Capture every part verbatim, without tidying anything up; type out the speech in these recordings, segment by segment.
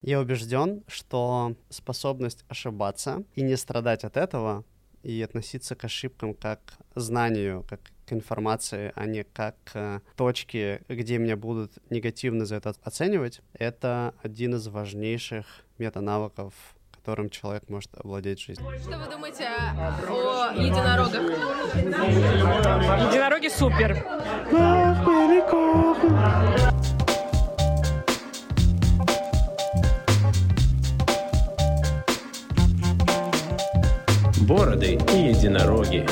Я убежден, что способность ошибаться и не страдать от этого, и относиться к ошибкам как к знанию, как к информации, а не как к точке, где меня будут негативно за это оценивать, это один из важнейших метанавыков, которым человек может овладеть в жизни. Что вы думаете о единорогах? Единороги супер. Бороды и единороги.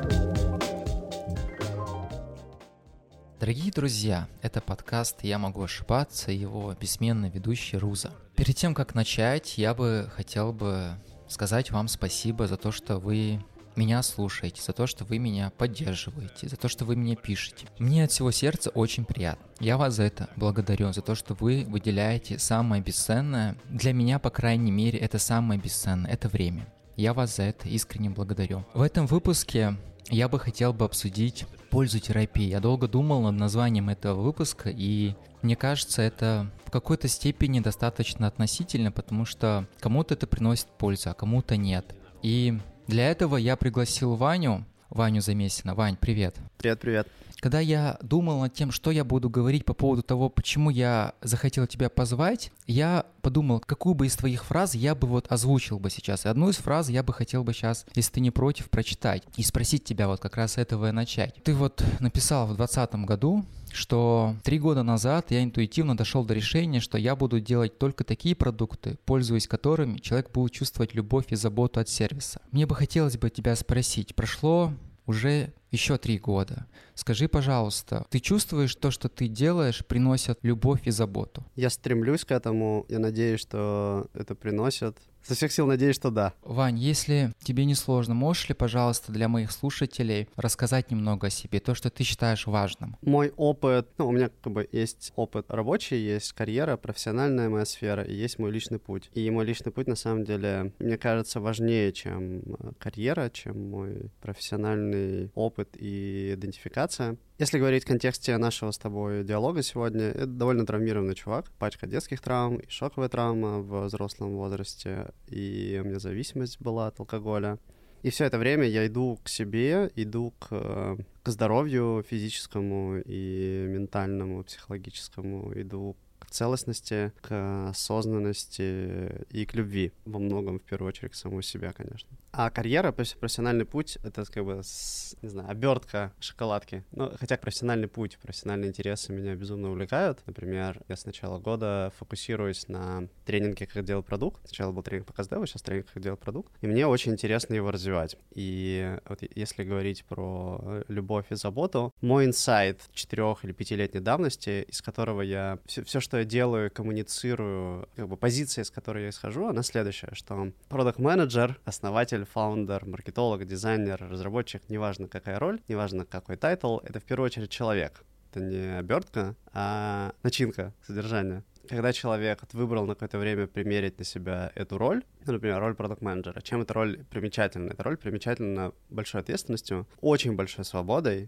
Дорогие друзья, это подкаст «Я могу ошибаться» и его бессменный ведущий Руза. Перед тем, как начать, я бы хотел бы сказать вам спасибо за то, что вы меня слушаете, за то, что вы меня поддерживаете, за то, что вы мне пишете. Мне от всего сердца очень приятно. Я вас за это благодарю, за то, что вы выделяете самое бесценное. Для меня, по крайней мере, это самое бесценное, это время. Я вас за это искренне благодарю. В этом выпуске я бы хотел бы обсудить пользу терапии. Я долго думал над названием этого выпуска, и мне кажется, это в какой-то степени достаточно относительно, потому что кому-то это приносит пользу, а кому-то нет. И для этого я пригласил Ваню, Ваню Замесина. Вань, привет. Привет-привет. Когда я думал над тем, что я буду говорить по поводу того, почему я захотел тебя позвать, я подумал, какую бы из твоих фраз я бы вот озвучил бы сейчас. И одну из фраз я бы хотел бы сейчас, если ты не против, прочитать и спросить тебя вот как раз с этого и начать. Ты вот написал в двадцатом году, что три года назад я интуитивно дошел до решения, что я буду делать только такие продукты, пользуясь которыми человек будет чувствовать любовь и заботу от сервиса. Мне бы хотелось бы тебя спросить, прошло уже еще три года. Скажи, пожалуйста, ты чувствуешь то, что ты делаешь, приносит любовь и заботу? Я стремлюсь к этому, я надеюсь, что это приносит. Со всех сил надеюсь, что да. Вань, если тебе не сложно, можешь ли, пожалуйста, для моих слушателей рассказать немного о себе, то, что ты считаешь важным? Мой опыт, ну, у меня как бы есть опыт рабочий, есть карьера, профессиональная моя сфера, и есть мой личный путь. И мой личный путь, на самом деле, мне кажется, важнее, чем карьера, чем мой профессиональный опыт и идентификация. Если говорить в контексте нашего с тобой диалога сегодня, это довольно травмированный чувак. Пачка детских травм и шоковая травма в взрослом возрасте, и у меня зависимость была от алкоголя. И все это время я иду к себе, иду к, к здоровью физическому и ментальному, психологическому, иду к целостности, к осознанности и к любви. Во многом, в первую очередь, к самому себе, конечно. А карьера, профессиональный путь — это как бы, не знаю, обертка шоколадки. Ну, хотя профессиональный путь, профессиональные интересы меня безумно увлекают. Например, я с начала года фокусируюсь на тренинге «Как делать продукт». Сначала был тренинг по КСД, сейчас тренинг «Как делать продукт». И мне очень интересно его развивать. И вот если говорить про любовь и заботу, мой инсайт четырех- или пятилетней давности, из которого я... Все, все, что я делаю, коммуницирую, как бы позиция, с которой я исхожу, она следующая, что продакт-менеджер, основатель, фаундер, маркетолог, дизайнер, разработчик, неважно какая роль, неважно какой тайтл, это в первую очередь человек. Это не обертка, а начинка, содержание. Когда человек выбрал на какое-то время примерить на себя эту роль, ну, например, роль продакт-менеджера, чем эта роль примечательна? Эта роль примечательна большой ответственностью, очень большой свободой,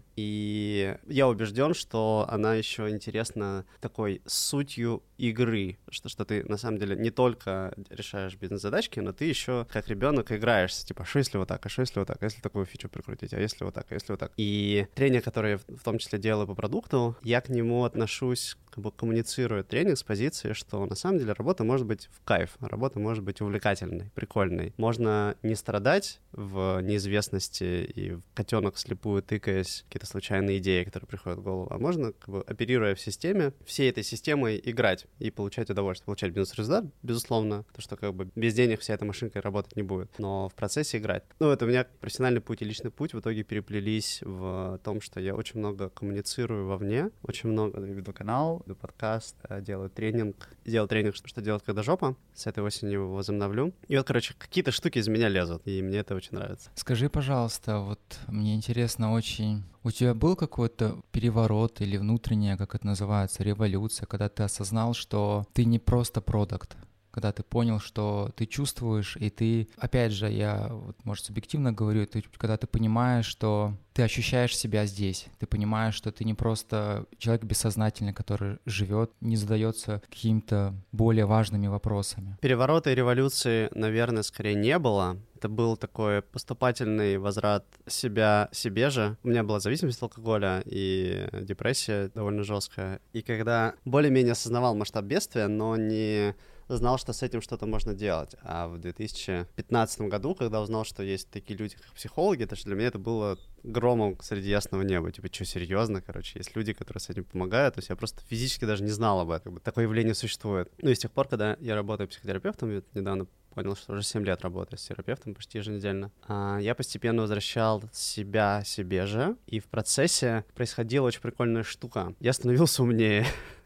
и я убежден, что она еще интересна такой сутью игры, что, что ты на самом деле не только решаешь бизнес-задачки, но ты еще как ребенок играешься, типа, что если вот так, а что если вот так, а если такую фичу прикрутить, а если вот так, а если вот так. И тренинг, который я в том числе делаю по продукту, я к нему отношусь, как бы коммуницирую тренинг с позиции, что на самом деле работа может быть в кайф, работа может быть увлекательной, прикольной. Можно не страдать в неизвестности и в котенок вслепую тыкаясь какие-то случайные идеи, которые приходят в голову, а можно, как бы, оперируя в системе, всей этой системой играть и получать удовольствие, получать бизнес-результат, безусловно, потому что как бы без денег вся эта машинка работать не будет, но в процессе играть. Ну, это у меня профессиональный путь и личный путь в итоге переплелись в том, что я очень много коммуницирую вовне, очень много веду канал, веду подкаст, делаю тренинг, делаю тренинг, что делать, когда жопа, с этой осенью его возобновлю. И вот, короче, какие-то штуки из меня лезут, и мне это очень нравится. Скажи, пожалуйста, вот мне интересно очень, у тебя был какой-то переворот или внутренняя, как это называется, революция, когда ты осознал, что ты не просто продакт, когда ты понял, что ты чувствуешь, и ты, опять же, я, вот, может, субъективно говорю, ты, когда ты понимаешь, что ты ощущаешь себя здесь, ты понимаешь, что ты не просто человек бессознательный, который живет, не задается какими-то более важными вопросами. Переворота и революции, наверное, скорее не было. Это был такой поступательный возврат себя себе же. У меня была зависимость от алкоголя и депрессия довольно жесткая. И когда более-менее осознавал масштаб бедствия, но не знал, что с этим что-то можно делать. А в две тысячи пятнадцатом году, когда узнал, что есть такие люди, как психологи, это же для меня это было громом среди ясного неба. Типа, что, серьезно? Короче, есть люди, которые с этим помогают. То есть я просто физически даже не знал об этом. Такое явление существует. Ну и с тех пор, когда я работаю психотерапевтом, я недавно понял, что уже семь лет работаю с терапевтом почти еженедельно. А я постепенно возвращал себя себе же, и в процессе происходила очень прикольная штука. Я становился умнее.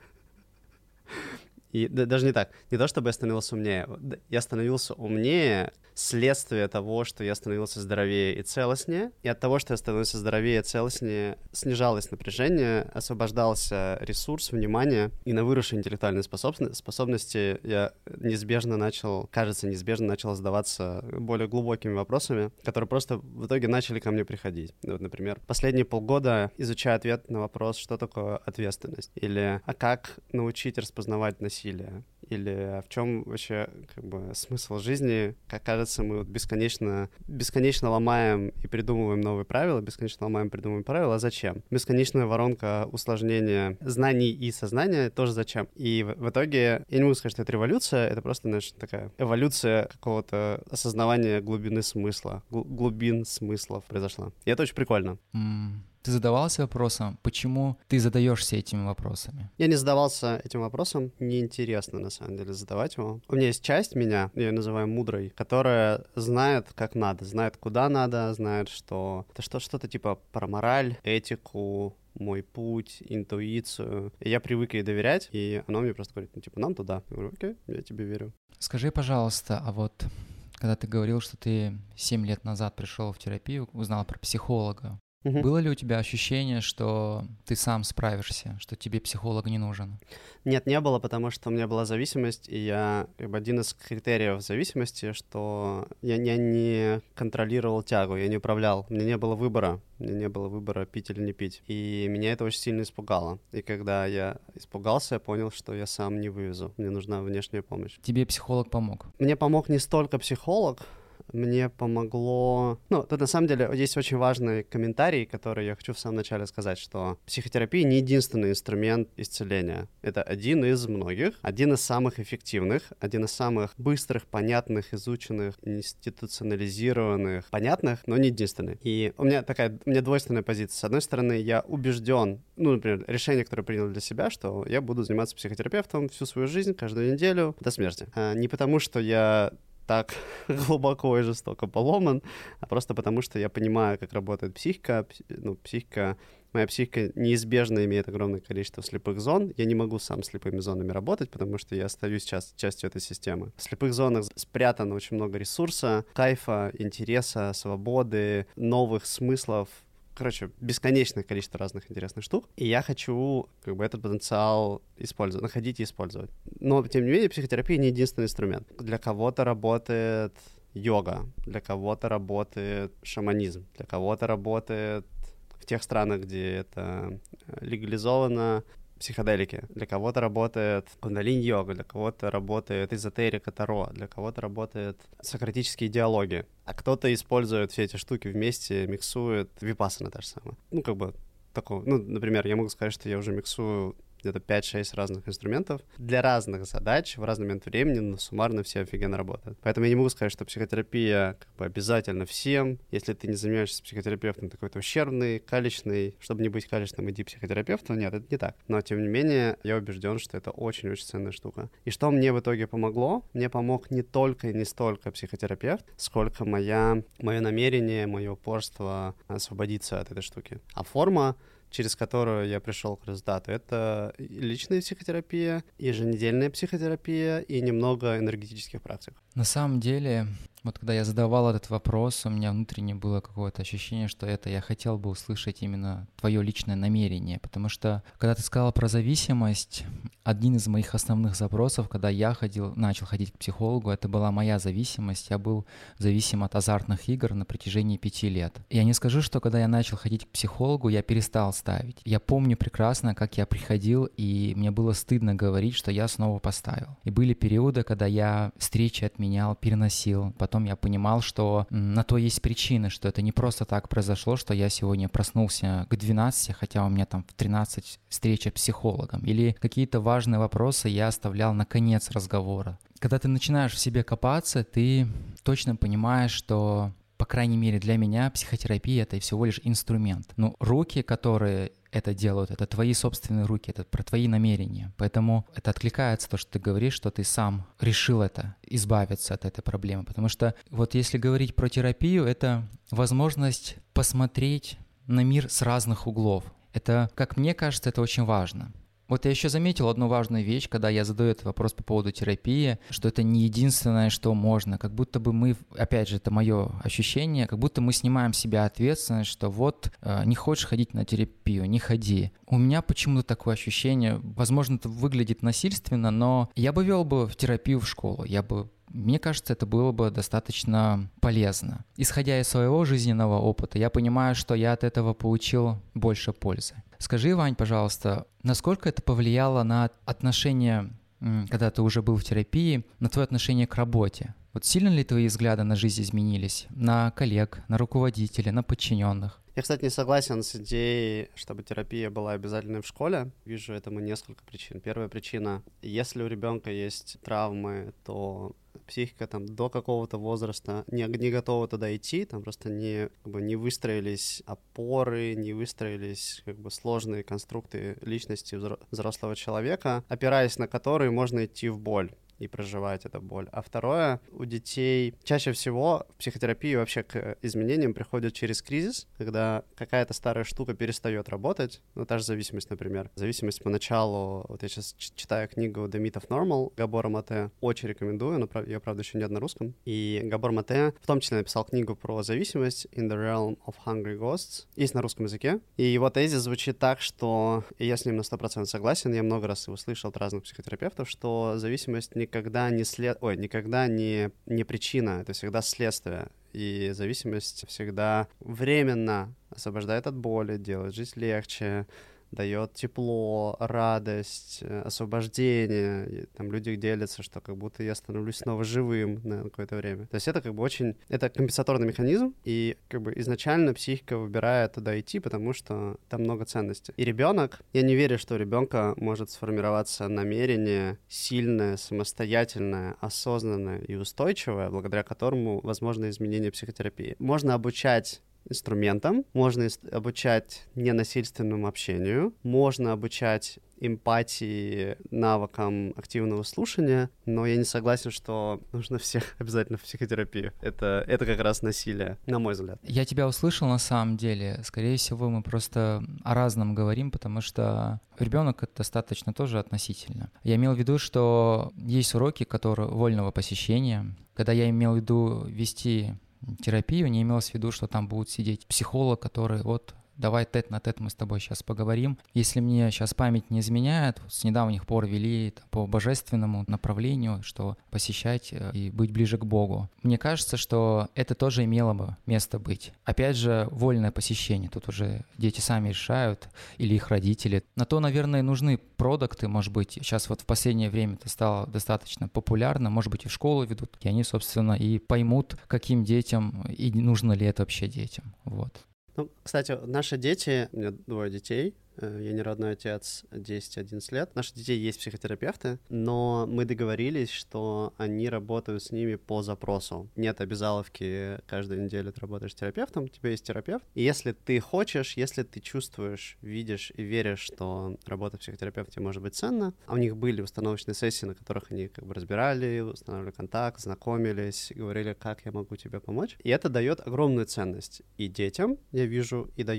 И да, даже не так. Не то, чтобы я становился умнее. Я становился умнее следствие того, что я становился здоровее и целостнее. И от того, что я становился здоровее и целостнее, снижалось напряжение, освобождался ресурс, внимание. И на выросшие интеллектуальные способности, способности я неизбежно начал, кажется, неизбежно начал задаваться более глубокими вопросами, которые просто в итоге начали ко мне приходить. Вот, например, последние полгода изучаю ответ на вопрос, что такое ответственность. Или а как научить распознавать насилие. Или в чем вообще как бы смысл жизни? Как кажется, мы вот бесконечно, бесконечно ломаем и придумываем новые правила, бесконечно ломаем и придумываем правила. А зачем? Бесконечная воронка усложнения знаний и сознания тоже зачем? И в, в итоге я не могу сказать, что это революция, это просто, знаешь, такая эволюция какого-то осознавания глубины смысла, гл- глубин смыслов произошла. И это очень прикольно. Mm. Ты задавался вопросом, почему ты задаешься этими вопросами? Я не задавался этим вопросом, неинтересно на самом деле задавать его. У меня есть часть меня, я ее называю мудрой, которая знает, как надо, знает, куда надо, знает, что это что, что-то типа про мораль, этику, мой путь, интуицию. И я привык ей доверять, и она мне просто говорит, ну типа, нам туда. Я говорю, окей, я тебе верю. Скажи, пожалуйста, а вот когда ты говорил, что ты семь лет назад пришел в терапию, узнал про психолога, Угу. было ли у тебя ощущение, что ты сам справишься, что тебе психолог не нужен? Нет, не было, потому что у меня была зависимость, и я, как бы, один из критериев зависимости, что я, я не контролировал тягу, я не управлял, у меня не было выбора, у меня не было выбора пить или не пить, и меня это очень сильно испугало. И когда я испугался, я понял, что я сам не вывезу, мне нужна внешняя помощь. Тебе психолог помог? Мне помог не столько психолог, мне помогло... Ну, тут на самом деле есть очень важный комментарий, который я хочу в самом начале сказать, что психотерапия не единственный инструмент исцеления. Это один из многих, один из самых эффективных, один из самых быстрых, понятных, изученных, институционализированных, понятных, но не единственный. И у меня такая, у меня двойственная позиция. С одной стороны, я убежден, ну, например, решение, которое принял для себя, что я буду заниматься психотерапевтом всю свою жизнь, каждую неделю, до смерти. А не потому, что я так глубоко и жестоко поломан, а просто потому, что я понимаю, как работает психика. Ну, психика, моя психика неизбежно имеет огромное количество слепых зон. Я не могу сам с слепыми зонами работать, потому что я остаюсь часть, частью этой системы. В слепых зонах спрятано очень много ресурса, кайфа, интереса, свободы, новых смыслов. Короче, бесконечное количество разных интересных штук, и я хочу как бы этот потенциал использовать, находить и использовать. Но, тем не менее, психотерапия не единственный инструмент. Для кого-то работает йога, для кого-то работает шаманизм, для кого-то работает в тех странах, где это легализовано, психоделики. Для кого-то работает кундалини-йога, для кого-то работает эзотерика, таро, для кого-то работает сократические диалоги. А кто-то использует все эти штуки вместе, миксует. Випассана та же самая. Ну, как бы такого. Ну, например, я могу сказать, что я уже миксую где-то пять-шесть разных инструментов для разных задач в разный момент времени, но суммарно все офигенно работают. Поэтому я не могу сказать, что психотерапия как бы обязательно всем. Если ты не занимаешься психотерапевтом, ты какой-то ущербный, калечный. Чтобы не быть калечным, иди к психотерапевту. Нет, это не так. Но, тем не менее, я убежден, что это очень-очень ценная штука. И что мне в итоге помогло? Мне помог не только и не столько психотерапевт, сколько моя, мое намерение, мое упорство освободиться от этой штуки. А форма, через которую я пришел к результату, это личная психотерапия, еженедельная психотерапия и немного энергетических практик. На самом деле, Вот когда я задавал этот вопрос, у меня внутренне было какое-то ощущение, что это я хотел бы услышать именно твое личное намерение, потому что когда ты сказала про зависимость, один из моих основных запросов, когда я ходил, начал ходить к психологу, это была моя зависимость. Я был зависим от азартных игр на протяжении пяти лет. Я не скажу, что когда я начал ходить к психологу, я перестал ставить. Я помню прекрасно, как я приходил, и мне было стыдно говорить, что я снова поставил. И были периоды, когда я встречи отменял, переносил. Потом я понимал, что на то есть причины, что это не просто так произошло, что я сегодня проснулся к двенадцати, хотя у меня там в тринадцать встреча с психологом. Или какие-то важные вопросы я оставлял на конец разговора. Когда ты начинаешь в себе копаться, ты точно понимаешь, что, по крайней мере для меня, психотерапия — это всего лишь инструмент. Но руки, которые это делают, это твои собственные руки, это про твои намерения. Поэтому это откликается то, что ты говоришь, что ты сам решил это, избавиться от этой проблемы. Потому что вот если говорить про терапию, это возможность посмотреть на мир с разных углов. Это, как мне кажется, это очень важно. Вот я еще заметил одну важную вещь, когда я задаю этот вопрос по поводу терапии, что это не единственное, что можно. Как будто бы мы, опять же, это мое ощущение, как будто мы снимаем с себя ответственность, что вот э, не хочешь ходить на терапию, не ходи. У меня почему-то такое ощущение, возможно, это выглядит насильственно, но я бы вел бы в терапию в школу, я бы Мне кажется, это было бы достаточно полезно. Исходя из своего жизненного опыта, я понимаю, что я от этого получил больше пользы. Скажи, Вань, пожалуйста, насколько это повлияло на отношение, когда ты уже был в терапии, на твое отношение к работе? Вот сильно ли твои взгляды на жизнь изменились? На коллег, на руководителей, на подчиненных? Я, кстати, не согласен с идеей, чтобы терапия была обязательной в школе. Вижу этому несколько причин. Первая причина: если у ребенка есть травмы, то психика там до какого-то возраста не, не готова туда идти, там просто не, как бы, не выстроились опоры, не выстроились как бы сложные конструкты личности взрослого человека, опираясь на которые можно идти в боль и проживать эту боль. А второе, у детей чаще всего в психотерапии вообще к изменениям приходят через кризис, когда какая-то старая штука перестает работать, ну, та же зависимость, например. Зависимость поначалу, вот я сейчас читаю книгу The Myth of Normal Габора Мате, очень рекомендую, но ее, правда, еще нет на русском. И Габор Мате в том числе написал книгу про зависимость In the Realm of Hungry Ghosts, есть на русском языке. И его тезис звучит так, что, и я с ним на сто процентов согласен, я много раз его слышал от разных психотерапевтов, что зависимость не никогда не след... Ой, никогда не, не причина, это всегда следствие. И зависимость всегда временно освобождает от боли, делает жизнь легче, дает тепло, радость, освобождение. И там люди делятся, что как будто я становлюсь снова живым на какое-то время. То есть это как бы очень... Это компенсаторный механизм, и как бы изначально психика выбирает туда идти, потому что там много ценностей. И ребенок... Я не верю, что у ребенка может сформироваться намерение сильное, самостоятельное, осознанное и устойчивое, благодаря которому возможно изменение психотерапии. Можно обучать инструментам, можно обучать ненасильственному общению, можно обучать эмпатии, навыкам активного слушания, но я не согласен, что нужно всех обязательно в психотерапию. Это, это как раз насилие, на мой взгляд. Я тебя услышал на самом деле. Скорее всего, мы просто о разном говорим, потому что ребенок это достаточно тоже относительно. Я имел в виду, что есть уроки, которые вольного посещения. Когда я имел в виду вести терапию, не имелось в виду, что там будет сидеть психолог, который вот давай тет на тет мы с тобой сейчас поговорим. Если мне сейчас память не изменяет, с недавних пор вели по божественному направлению, что посещать и быть ближе к Богу. Мне кажется, что это тоже имело бы место быть. Опять же, вольное посещение. Тут уже дети сами решают, или их родители. На то, наверное, нужны продукты, может быть. Сейчас вот в последнее время это стало достаточно популярно, может быть, и в школу ведут. И они, собственно, и поймут, каким детям и нужно ли это вообще детям. Вот. Ну, кстати, наши дети, у меня двое детей, я не родной отец, десять-одиннадцать лет. Наши детей есть психотерапевты, но мы договорились, что они работают с ними по запросу. Нет обязаловки каждую неделю ты работаешь с терапевтом, у тебя есть терапевт. И если ты хочешь, если ты чувствуешь, видишь и веришь, что работа в психотерапевте может быть ценна, а у них были установочные сессии, на которых они как бы разбирали, устанавливали контакт, знакомились, говорили, как я могу тебе помочь. И это дает огромную ценность и детям, я вижу, и дает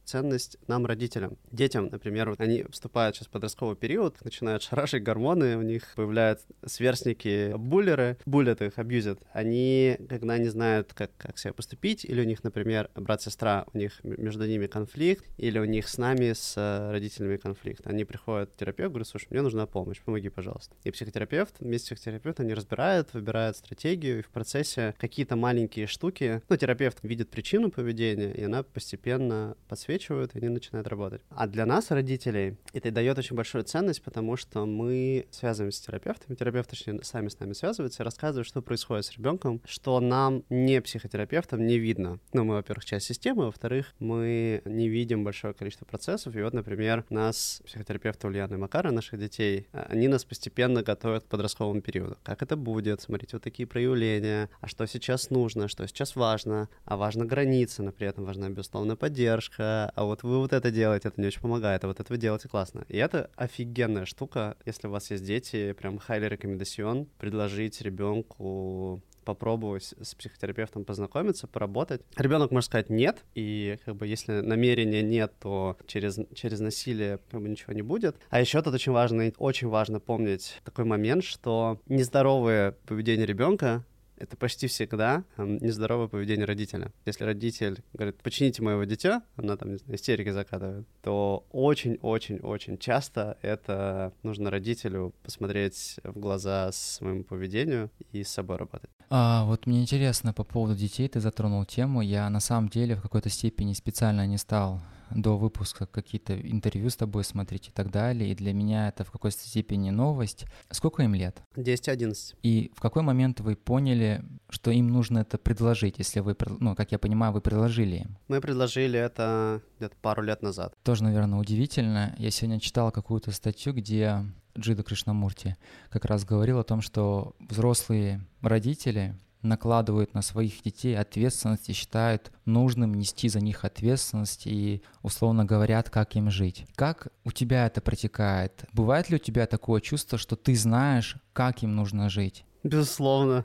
ценность нам, родителям. Детям, например, вот они вступают сейчас в подростковый период, начинают шарашить гормоны, у них появляются сверстники-буллеры, буллят их, абьюзят. Они, когда не знают, как, как себя поступить, или у них, например, брат-сестра, у них между ними конфликт, или у них с нами, с родителями конфликт. Они приходят к терапевту, говорят: слушай, мне нужна помощь, помоги, пожалуйста. И психотерапевт, вместе с психотерапевтом они разбирают, выбирают стратегию, и в процессе какие-то маленькие штуки, ну, терапевт видит причину поведения, и она постепенно подсвечивает, и они начинают работать. А для нас, родителей, это дает очень большую ценность, потому что мы связываемся с терапевтами, терапевты, точнее, сами с нами связываются и рассказывают, что происходит с ребенком, что нам, не психотерапевтам, не видно. Ну, мы, во-первых, часть системы, во-вторых, мы не видим большое количество процессов, и вот, например, нас, психотерапевты Ульяна и Макара, наших детей, они нас постепенно готовят к подростковому периоду. Как это будет? Смотрите, вот такие проявления, а что сейчас нужно, что сейчас важно, а важна граница, но при этом важна, безусловно, поддержка, а вот вы вот это делаете, это не очень помогает, а вот это вы делаете классно. И это офигенная штука, если у вас есть дети, прям highly recommendation, предложить ребенку попробовать с психотерапевтом познакомиться, поработать. Ребенок может сказать нет, и как бы если намерения нет, то через, через насилие как бы ничего не будет. А еще тут очень важно, очень важно помнить такой момент, что нездоровое поведение ребенка это почти всегда э, нездоровое поведение родителя. Если родитель говорит: почините моего дитя, она там, не знаю, истерики закатывает, то очень-очень-очень часто это нужно родителю посмотреть в глаза своему поведению и с собой работать. А, вот мне интересно по поводу детей, ты затронул тему. Я на самом деле в какой-то степени специально не стал до выпуска какие-то интервью с тобой смотреть и так далее, и для меня это в какой-то степени новость. Сколько им лет? десять-одиннадцать. И в какой момент вы поняли, что им нужно это предложить, если вы, ну, как я понимаю, вы предложили им? Мы предложили это где-то пару лет назад. Тоже, наверное, удивительно. Я сегодня читал какую-то статью, где Джида Кришнамурти как раз говорил о том, что взрослые родители накладывают на своих детей ответственность и считают нужным нести за них ответственность и, условно, говорят, как им жить. Как у тебя это протекает? Бывает ли у тебя такое чувство, что ты знаешь, как им нужно жить? Безусловно.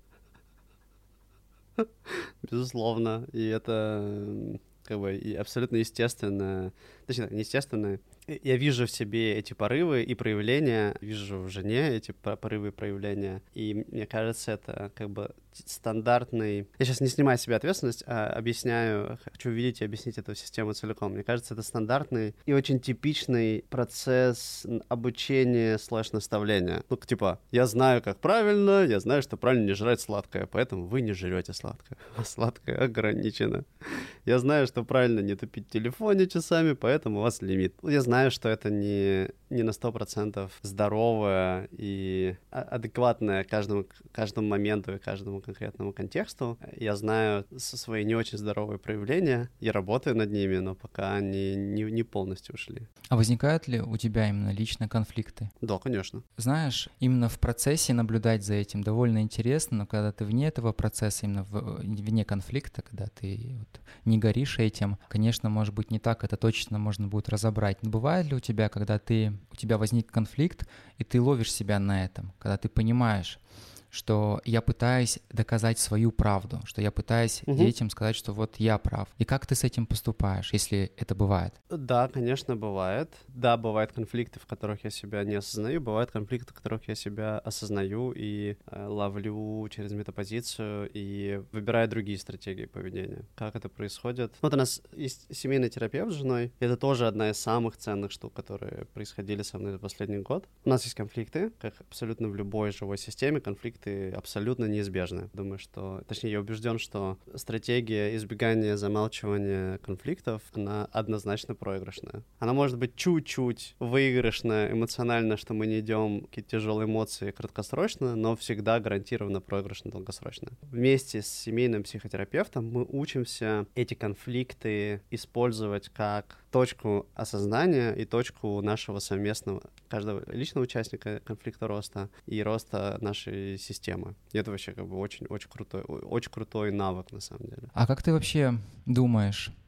Безусловно. И это как бы и абсолютно естественно. Точнее, не естественно. Я вижу в себе эти порывы и проявления, вижу в жене эти порывы и проявления, и мне кажется, это как бы стандартный... Я сейчас не снимаю с себя ответственность, а объясняю, хочу увидеть и объяснить эту систему целиком. Мне кажется, это стандартный и очень типичный процесс обучения слэш-наставления. Ну, типа, я знаю, как правильно, я знаю, что правильно не жрать сладкое, поэтому вы не жрете сладкое, а сладкое ограничено. Я знаю, что правильно не тупить в телефоне часами, поэтому у вас лимит. Я знаю, что это не, не на сто процентов здоровое и адекватное каждому, каждому моменту и каждому конкретному контексту. Я знаю свои не очень здоровые проявления, я работаю над ними, но пока они не, не полностью ушли. А возникают ли у тебя именно лично конфликты? Да, конечно. Знаешь, именно в процессе наблюдать за этим довольно интересно, но когда ты вне этого процесса, именно в, вне конфликта, когда ты вот не горишь этим, конечно, может быть, не так это точно можно будет разобрать. Но бывает ли у тебя, когда ты, у тебя возник конфликт, и ты ловишь себя на этом, когда ты понимаешь, что я пытаюсь доказать свою правду, что я пытаюсь угу. детям сказать, что вот я прав. И как ты с этим поступаешь, если это бывает? Да, конечно, бывает. Да, бывают конфликты, в которых я себя не осознаю, бывают конфликты, в которых я себя осознаю и э, ловлю через метапозицию и выбираю другие стратегии поведения. Как это происходит? Вот у нас есть семейный терапевт с женой. Это тоже одна из самых ценных штук, которые происходили со мной за последний год. У нас есть конфликты, как абсолютно в любой живой системе, конфликты абсолютно неизбежны. Думаю, что... Точнее, я убежден, что стратегия избегания, замалчивания конфликтов, она однозначно проигрышная. Она может быть чуть-чуть выигрышная эмоционально, что мы не идем какие-то тяжелые эмоции краткосрочно, но всегда гарантированно проигрышно долгосрочно. Вместе с семейным психотерапевтом мы учимся эти конфликты использовать как точку осознания и точку нашего совместного, каждого личного участника конфликта роста и роста нашей системы. И это вообще как бы очень-очень крутой, очень крутой навык на самом деле. А как ты вообще думаешь,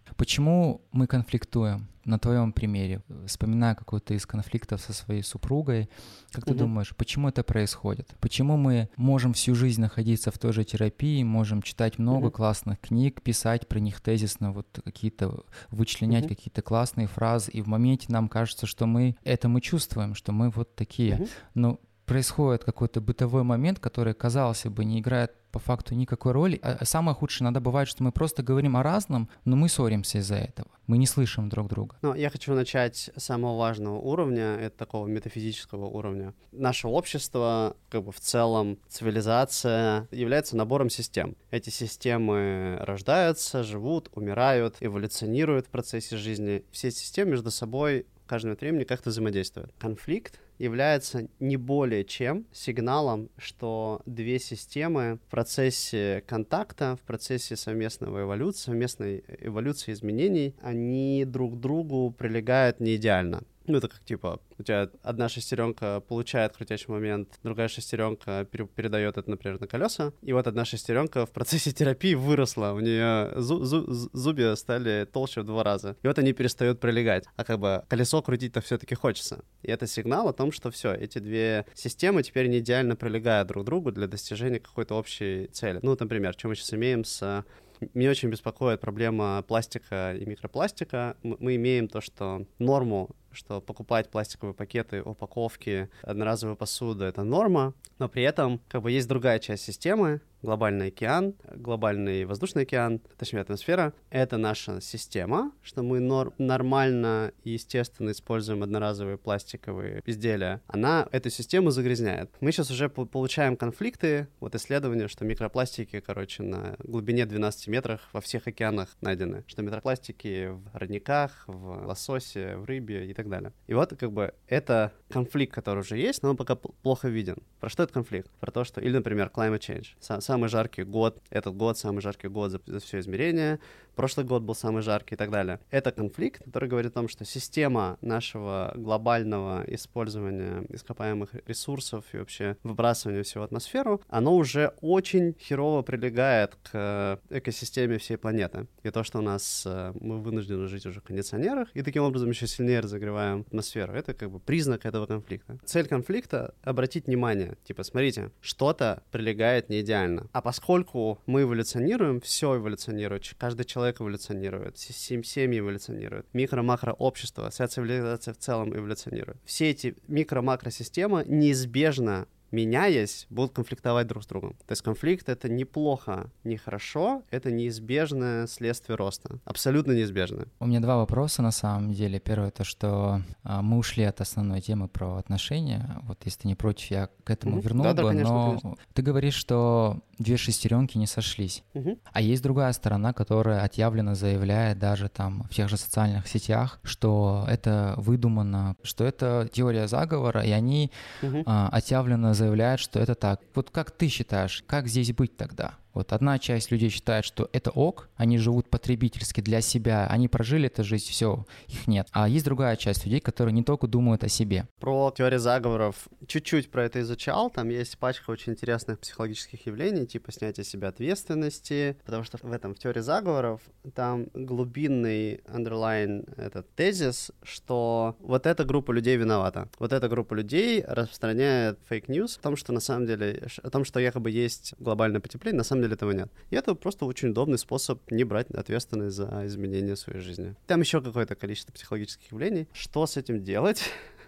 Почему мы конфликтуем? На твоем примере, вспоминая какой-то из конфликтов со своей супругой, как ты угу. думаешь, почему это происходит? Почему мы можем всю жизнь находиться в той же терапии, можем читать много угу. классных книг, писать про них тезисно, вот какие-то, вычленять угу. какие-то классные фразы, и в моменте нам кажется, что мы это мы чувствуем, что мы вот такие. Угу. Но происходит какой-то бытовой момент, который, казалось бы, не играет по факту никакой роли. А самое худшее иногда бывает, что мы просто говорим о разном, но мы ссоримся из-за этого. Мы не слышим друг друга. Ну, я хочу начать с самого важного уровня, это такого метафизического уровня. Наше общество, как бы в целом цивилизация, является набором систем. Эти системы рождаются, живут, умирают, эволюционируют в процессе жизни. Все системы между собой в каждом времени как-то взаимодействуют. Конфликт является не более чем сигналом, что две системы в процессе контакта, в процессе совместного эволюции, совместной эволюции изменений, они друг к другу прилегают не идеально. Ну, это как, типа, у тебя одна шестеренка получает крутящий момент, другая шестеренка пере- передает это, например, на колеса, и вот одна шестеренка в процессе терапии выросла, у нее зу- зу- зубья стали толще в два раза, и вот они перестают прилегать, а как бы колесо крутить-то все-таки хочется. И это сигнал о том, что все, эти две системы теперь не идеально прилегают друг к другу для достижения какой-то общей цели. Ну, вот, например, что мы сейчас имеем с... Меня очень беспокоит проблема пластика и микропластика. Мы имеем то, что норму, что покупать пластиковые пакеты, упаковки, одноразовую посуду — это норма, но при этом как бы есть другая часть системы, глобальный океан, глобальный воздушный океан, точнее атмосфера. Это наша система, что мы нор- нормально и естественно используем одноразовые пластиковые изделия. Она эту систему загрязняет. Мы сейчас уже по- получаем конфликты, вот исследования, что микропластики, короче, на глубине двенадцати метрах во всех океанах найдены, что микропластики в родниках, в лососе, в рыбе и так далее. И вот как бы это конфликт, который уже есть, но он пока плохо виден. Про что это конфликт? Про то, что... Или, например, climate change. Самый жаркий год, этот год самый жаркий год за, за все измерение, прошлый год был самый жаркий и так далее. Это конфликт, который говорит о том, что система нашего глобального использования ископаемых ресурсов и вообще выбрасывания всего в атмосферу, оно уже очень херово прилегает к экосистеме всей планеты. И то, что у нас мы вынуждены жить уже в кондиционерах, и таким образом еще сильнее разогреваем атмосферу, это как бы признак этого конфликта. Цель конфликта — обратить внимание, типа, смотрите, что-то прилегает не идеально. А поскольку мы эволюционируем, все эволюционирует, каждый человек эволюционирует, семьи эволюционируют, микро-макро-общество, вся цивилизация в целом эволюционирует. Все эти микро-макро-системы неизбежно, меняясь, будут конфликтовать друг с другом. То есть конфликт — это неплохо, не хорошо, это неизбежное следствие роста. Абсолютно неизбежное. У меня два вопроса на самом деле. Первое — то, что а, мы ушли от основной темы про отношения. Вот если ты не против, я к этому mm-hmm. вернул да, бы. да, конечно, но конечно. Ты говоришь, что две шестеренки не сошлись. Mm-hmm. А есть другая сторона, которая отъявленно заявляет даже там в тех же социальных сетях, что это выдумано, что это теория заговора, и они mm-hmm. а, отъявленно заявляют, что это так. Вот как ты считаешь, как здесь быть тогда? Вот одна часть людей считает, что это ок, они живут потребительски для себя, они прожили эту жизнь, все, их нет. А есть другая часть людей, которые не только думают о себе. Про теорию заговоров чуть-чуть про это изучал, там есть пачка очень интересных психологических явлений, типа снятия с себя ответственности, потому что в этом, в теории заговоров, там глубинный underline этот тезис, что вот эта группа людей виновата. Вот эта группа людей распространяет фейк-ньюс о том, что на самом деле, о том, что якобы есть глобальное потепление, на самом деле этого нет. И это просто очень удобный способ не брать ответственность за изменения своей жизни. Там еще какое-то количество психологических явлений. Что с этим делать?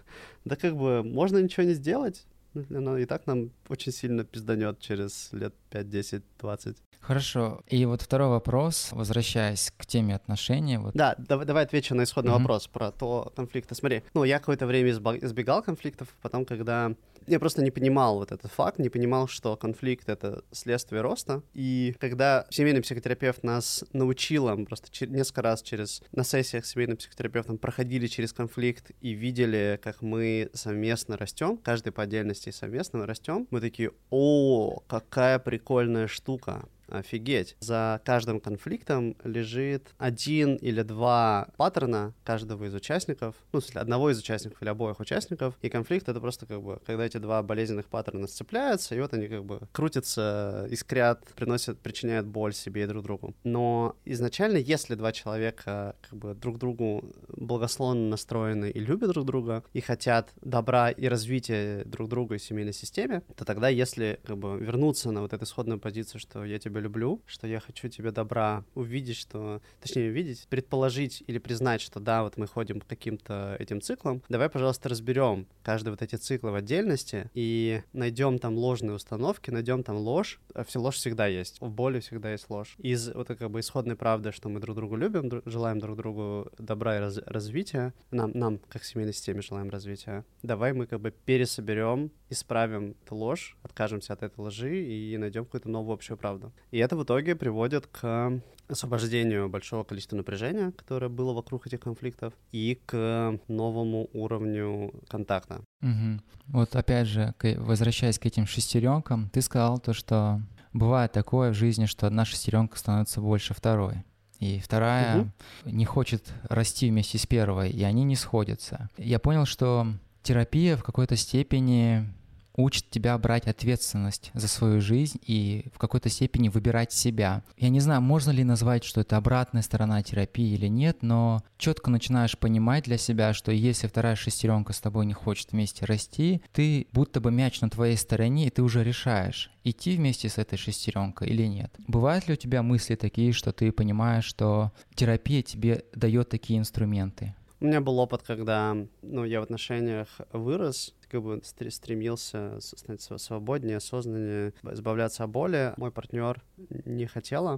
Да как бы можно ничего не сделать. Оно и так нам очень сильно пизданет через лет пять, десять, двадцать. Хорошо. И вот второй вопрос, возвращаясь к теме отношений. Вот... Да, давай, давай отвечу на исходный mm-hmm. вопрос про то конфликты. Смотри, ну, я какое-то время избегал конфликтов, потом, когда... Я просто не понимал вот этот факт, не понимал, что конфликт — это следствие роста. И когда семейный психотерапевт нас научил, мы просто чер- несколько раз через, на сессиях с семейным психотерапевтом проходили через конфликт и видели, как мы совместно растем, каждый по отдельности и совместно растем, мы такие: о, какая прикольная штука. Офигеть. За каждым конфликтом лежит один или два паттерна каждого из участников, ну, в смысле, одного из участников или обоих участников, и конфликт — это просто как бы, когда эти два болезненных паттерна сцепляются, и вот они как бы крутятся, искрят, приносят, причиняют боль себе и друг другу. Но изначально, если два человека как бы друг другу благосклонно настроены и любят друг друга, и хотят добра и развития друг друга и семейной системе, то тогда, если как бы вернуться на вот эту исходную позицию, что я тебя люблю, что я хочу тебе добра, увидеть, что... Точнее, увидеть, предположить или признать, что да, вот мы ходим по каким-то этим циклам, давай, пожалуйста, разберем каждый вот эти циклы в отдельности и найдем там ложные установки, найдем там ложь. А все ложь всегда есть. В боли всегда есть ложь. Из вот как бы исходной правды, что мы друг друга любим, дру- желаем друг другу добра и раз- развития, нам, нам, как семейной системе, желаем развития, давай мы как бы пересоберем, исправим эту ложь, откажемся от этой лжи и найдем какую-то новую общую правду. И это в итоге приводит к освобождению большого количества напряжения, которое было вокруг этих конфликтов, и к новому уровню контакта. Угу. Вот опять же, к- возвращаясь к этим шестеренкам, ты сказал то, что бывает такое в жизни, что одна шестеренка становится больше второй. И вторая Угу. не хочет расти вместе с первой, и они не сходятся. Я понял, что терапия в какой-то степени учит тебя брать ответственность за свою жизнь и в какой-то степени выбирать себя. Я не знаю, можно ли назвать, что это обратная сторона терапии или нет, но четко начинаешь понимать для себя, что если вторая шестеренка с тобой не хочет вместе расти, ты будто бы мяч на твоей стороне, и ты уже решаешь, идти вместе с этой шестеренкой или нет. Бывают ли у тебя мысли такие, что ты понимаешь, что терапия тебе дает такие инструменты? У меня был опыт, когда, ну, я в отношениях вырос, как бы стр- стремился с- стать св- свободнее, осознаннее, избавляться от боли. Мой партнер не хотела,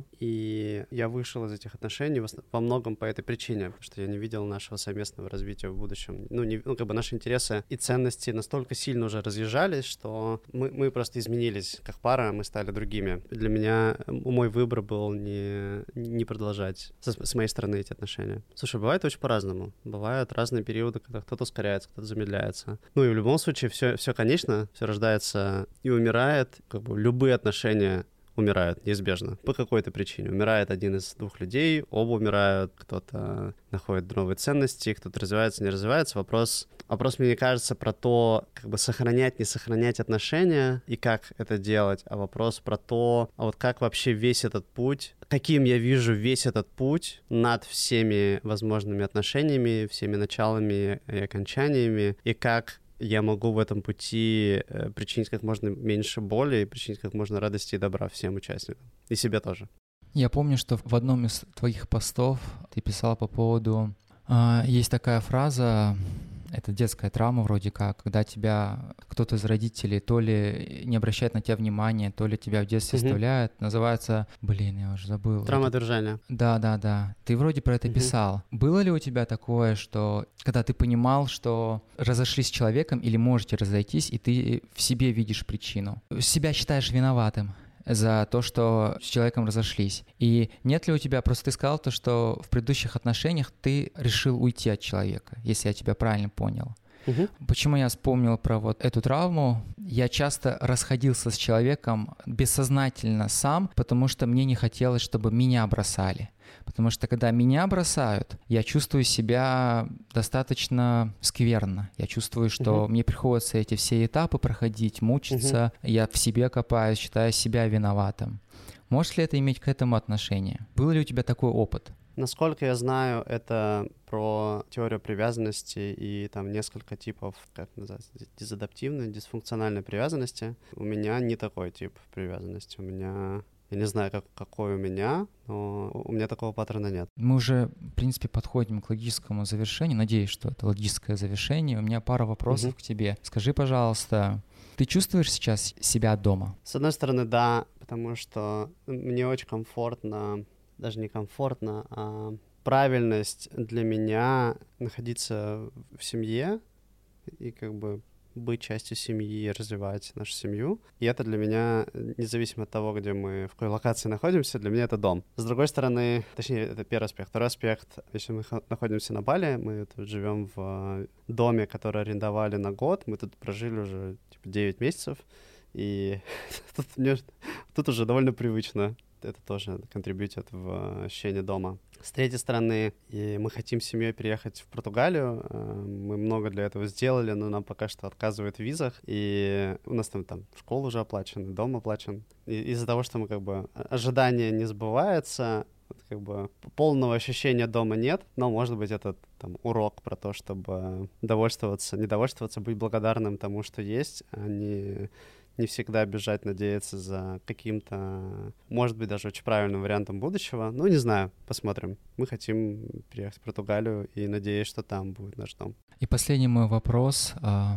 и я вышел из этих отношений в основ- во многом по этой причине, потому что я не видел нашего совместного развития в будущем. Ну, не, ну как бы наши интересы и ценности настолько сильно уже разъезжались, что мы, мы просто изменились как пара, мы стали другими. Для меня мой выбор был не, не продолжать с, с моей стороны эти отношения. Слушай, бывает очень по-разному. Бывают разные периоды, когда кто-то ускоряется, кто-то замедляется. Ну и в любом случае все, все конечно, все рождается и умирает. Как бы любые отношения умирают неизбежно по какой-то причине. Умирает один из двух людей, оба умирают, кто-то находит новые ценности, кто-то развивается, не развивается. Вопрос, вопрос, мне кажется, про то, как бы сохранять, не сохранять отношения и как это делать, а вопрос про то, а вот как вообще весь этот путь, каким я вижу весь этот путь над всеми возможными отношениями, всеми началами и окончаниями, и как я могу в этом пути э, причинить как можно меньше боли и причинить как можно радости и добра всем участникам. И себе тоже. Я помню, что в одном из твоих постов ты писал по поводу... э, есть такая фраза, это детская травма вроде как, когда тебя кто-то из родителей то ли не обращает на тебя внимания, то ли тебя в детстве Мгм. оставляет, называется... Блин, я уже забыл. Травма Это- держания. Да, да, да. Ты вроде про это Мгм. писал. Было ли у тебя такое, что когда ты понимал, что разошлись с человеком или можете разойтись, и ты в себе видишь причину, себя считаешь виноватым за то, что с человеком разошлись? И нет ли у тебя, просто ты сказал то, что в предыдущих отношениях ты решил уйти от человека, если я тебя правильно понял. Мгм. Почему я вспомнил про вот эту травму? Я часто расходился с человеком бессознательно сам, потому что мне не хотелось, чтобы меня бросали. Потому что когда меня бросают, я чувствую себя достаточно скверно. Я чувствую, что Мгм. мне приходится эти все этапы проходить, мучиться. Я в себе копаюсь, считаю себя виноватым. Может ли это иметь к этому отношение? Был ли у тебя такой опыт? Насколько я знаю, это про теорию привязанности и там несколько типов, как называется, дезадаптивной, дисфункциональной привязанности. У меня не такой тип привязанности. У меня... Я не знаю, как, какой у меня, но у меня такого паттерна нет. Мы уже, в принципе, подходим к логическому завершению. Надеюсь, что это логическое завершение. У меня пара вопросов Мгм. к тебе. Скажи, пожалуйста, ты чувствуешь сейчас себя дома? С одной стороны, да, потому что мне очень комфортно, даже не комфортно, а правильность для меня находиться в семье и как бы быть частью семьи и развивать нашу семью. И это для меня, независимо от того, где мы, в какой локации находимся, для меня это дом. С другой стороны, точнее, это первый аспект. Второй аспект, если мы ха- находимся на Бали, мы тут живем в доме, который арендовали на год, мы тут прожили уже типа девять месяцев, и тут, мне, тут уже довольно привычно это тоже контрибьютит в ощущение дома. С третьей стороны, и мы хотим с семьей переехать в Португалию. Мы много для этого сделали, но нам пока что отказывают в визах. И у нас там, там школа уже оплачена, дом оплачен. И из-за того, что мы как бы ожидание не сбывается, как бы полного ощущения дома нет, но, может быть, это там урок про то, чтобы довольствоваться, не довольствоваться, быть благодарным тому, что есть, а не... не всегда бежать, надеяться за каким-то, может быть, даже очень правильным вариантом будущего. Ну, не знаю, посмотрим. Мы хотим переехать в Португалию и надеюсь, что там будет наш дом. И последний мой вопрос.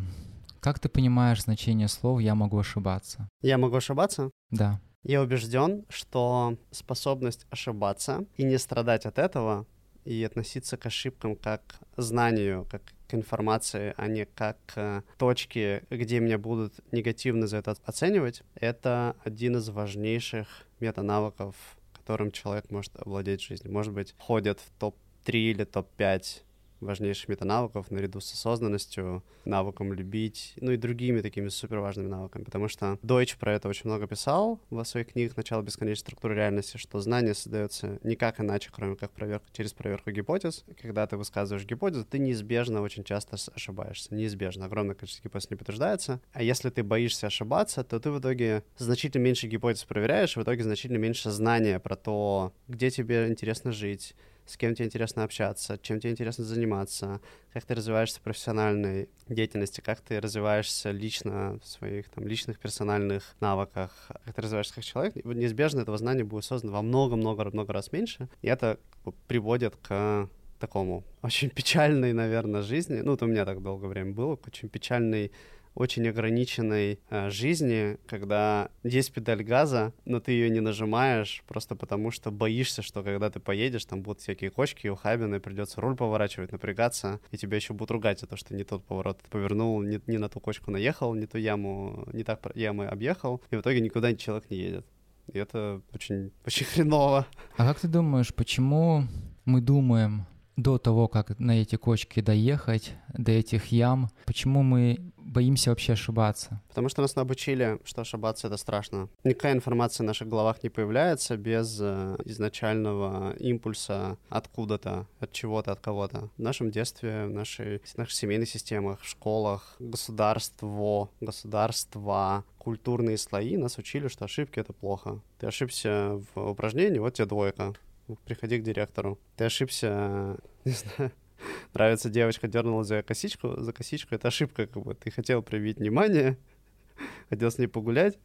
Как ты понимаешь значение слов «я могу ошибаться»? Я могу ошибаться? Да. Я убежден, что способность ошибаться и не страдать от этого, и относиться к ошибкам как к знанию, как к информации, а не как к точке, где меня будут негативно за это оценивать, это один из важнейших метанавыков, которым человек может овладеть в жизни. Может быть, входит в топ три или топ пять важнейших метанавыков наряду с осознанностью, навыком любить, ну и другими такими суперважными навыками, потому что Дойч про это очень много писал в своих книгах «Начало бесконечной структуры реальности», что знание создается никак иначе, кроме как проверка, через проверку гипотез. Когда ты высказываешь гипотезу, ты неизбежно очень часто ошибаешься, неизбежно. Огромное количество гипотез не подтверждается, а если ты боишься ошибаться, то ты в итоге значительно меньше гипотез проверяешь, и в итоге значительно меньше знания про то, где тебе интересно жить, с кем тебе интересно общаться, чем тебе интересно заниматься, как ты развиваешься в профессиональной деятельности, как ты развиваешься лично в своих там, личных персональных навыках, как ты развиваешься как человек, неизбежно этого знания будет создано во много-много-много раз меньше, и это приводит к такому очень печальной, наверное, жизни, ну, это у меня так долгое время было, к очень печальной, очень ограниченной э, жизни, когда есть педаль газа, но ты ее не нажимаешь просто потому, что боишься, что когда ты поедешь, там будут всякие кочки, ухабины, придется руль поворачивать, напрягаться, и тебя еще будут ругать за то, что не тот поворот ты повернул, не, не на ту кочку наехал, не ту яму, не так ямы объехал, и в итоге никуда человек не едет. И это очень, очень хреново. А как ты думаешь, почему мы думаем до того, как на эти кочки доехать, до этих ям, почему мы боимся вообще ошибаться? Потому что нас обучили, что ошибаться — это страшно. Никакая информация в наших головах не появляется без э, изначального импульса откуда-то, от чего-то, от кого-то. В нашем детстве, в нашей, в наших семейных системах, в школах, государство, государства, культурные слои нас учили, что ошибки — это плохо. Ты ошибся в упражнении, вот тебе двойка. Приходи к директору. Ты ошибся, не знаю, нравится девочка, дернула за косичку, за косичку, это ошибка, как бы ты хотел проявить внимание, хотел с ней погулять,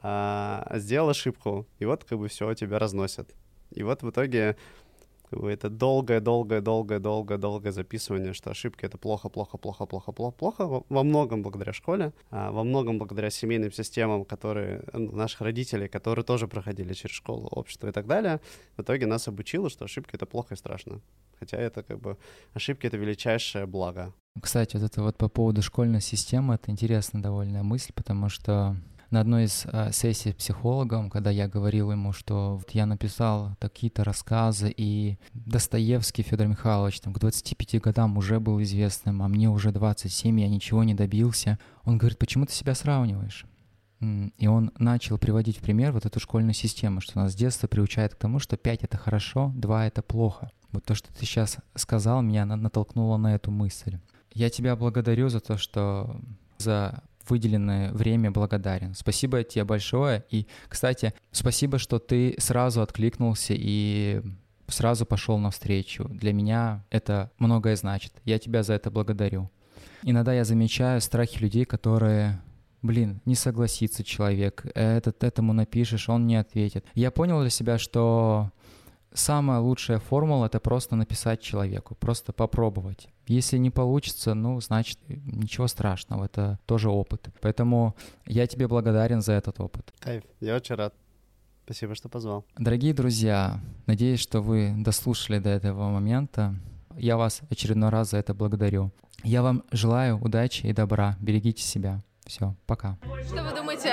а сделал ошибку, и вот как бы все, тебя разносят. И вот в итоге как бы, это долгое-долгое-долгое-долгое-долгое записывание, что ошибки — это плохо, плохо, плохо, плохо, плохо, плохо, во, во многом благодаря школе, а во многом благодаря семейным системам, которые, наших родителей, которые тоже проходили через школу, общество и так далее. В итоге нас обучило, что ошибки — это плохо и страшно. Хотя это как бы ошибки — это величайшее благо. Кстати, вот это вот по поводу школьной системы, это интересная довольно мысль, потому что на одной из э, сессий с психологом, когда я говорил ему, что вот я написал такие-то рассказы, и Достоевский Федор Михайлович там, к двадцати пяти годам уже был известным, а мне уже двадцать семь, я ничего не добился. Он говорит, почему ты себя сравниваешь? И он начал приводить в пример вот эту школьную систему, что нас с детства приучает к тому, что пять — это хорошо, два — это плохо. Вот то, что ты сейчас сказал, меня натолкнуло на эту мысль. Я тебя благодарю за то, что за выделенное время благодарен. Спасибо тебе большое. И, кстати, спасибо, что ты сразу откликнулся и сразу пошел навстречу. Для меня это многое значит. Я тебя за это благодарю. Иногда я замечаю страхи людей, которые... Блин, не согласится человек, этот этому напишешь, он не ответит. Я понял для себя, что самая лучшая формула — это просто написать человеку, просто попробовать. Если не получится, ну, значит, ничего страшного, это тоже опыт. Поэтому я тебе благодарен за этот опыт. Кайф, я очень рад. Спасибо, что позвал. Дорогие друзья, надеюсь, что вы дослушали до этого момента. Я вас очередной раз за это благодарю. Я вам желаю удачи и добра. Берегите себя. Все, пока. Что вы думаете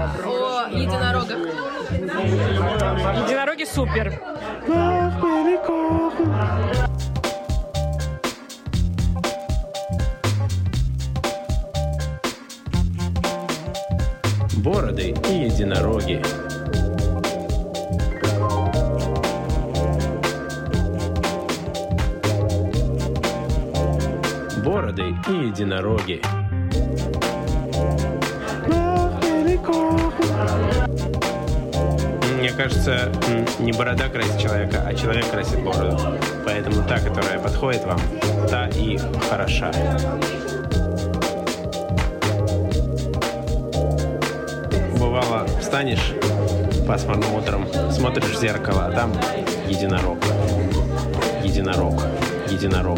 о единорогах? Единороги супер. Бороды и единороги. и единороги. Мне кажется, не борода красит человека, а человек красит бороду. Поэтому та, которая подходит вам, та и хороша. Бывало, встанешь пасмурным утром, смотришь в зеркало, а там единорог. Единорог. Единорог.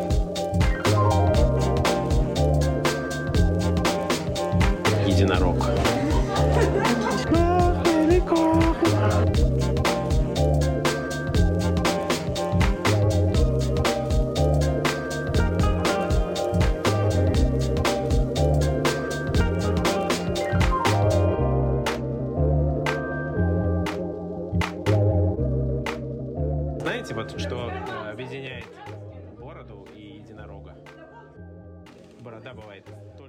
Единорог. Знаете, вот что э, объединяет бороду и единорога? Борода бывает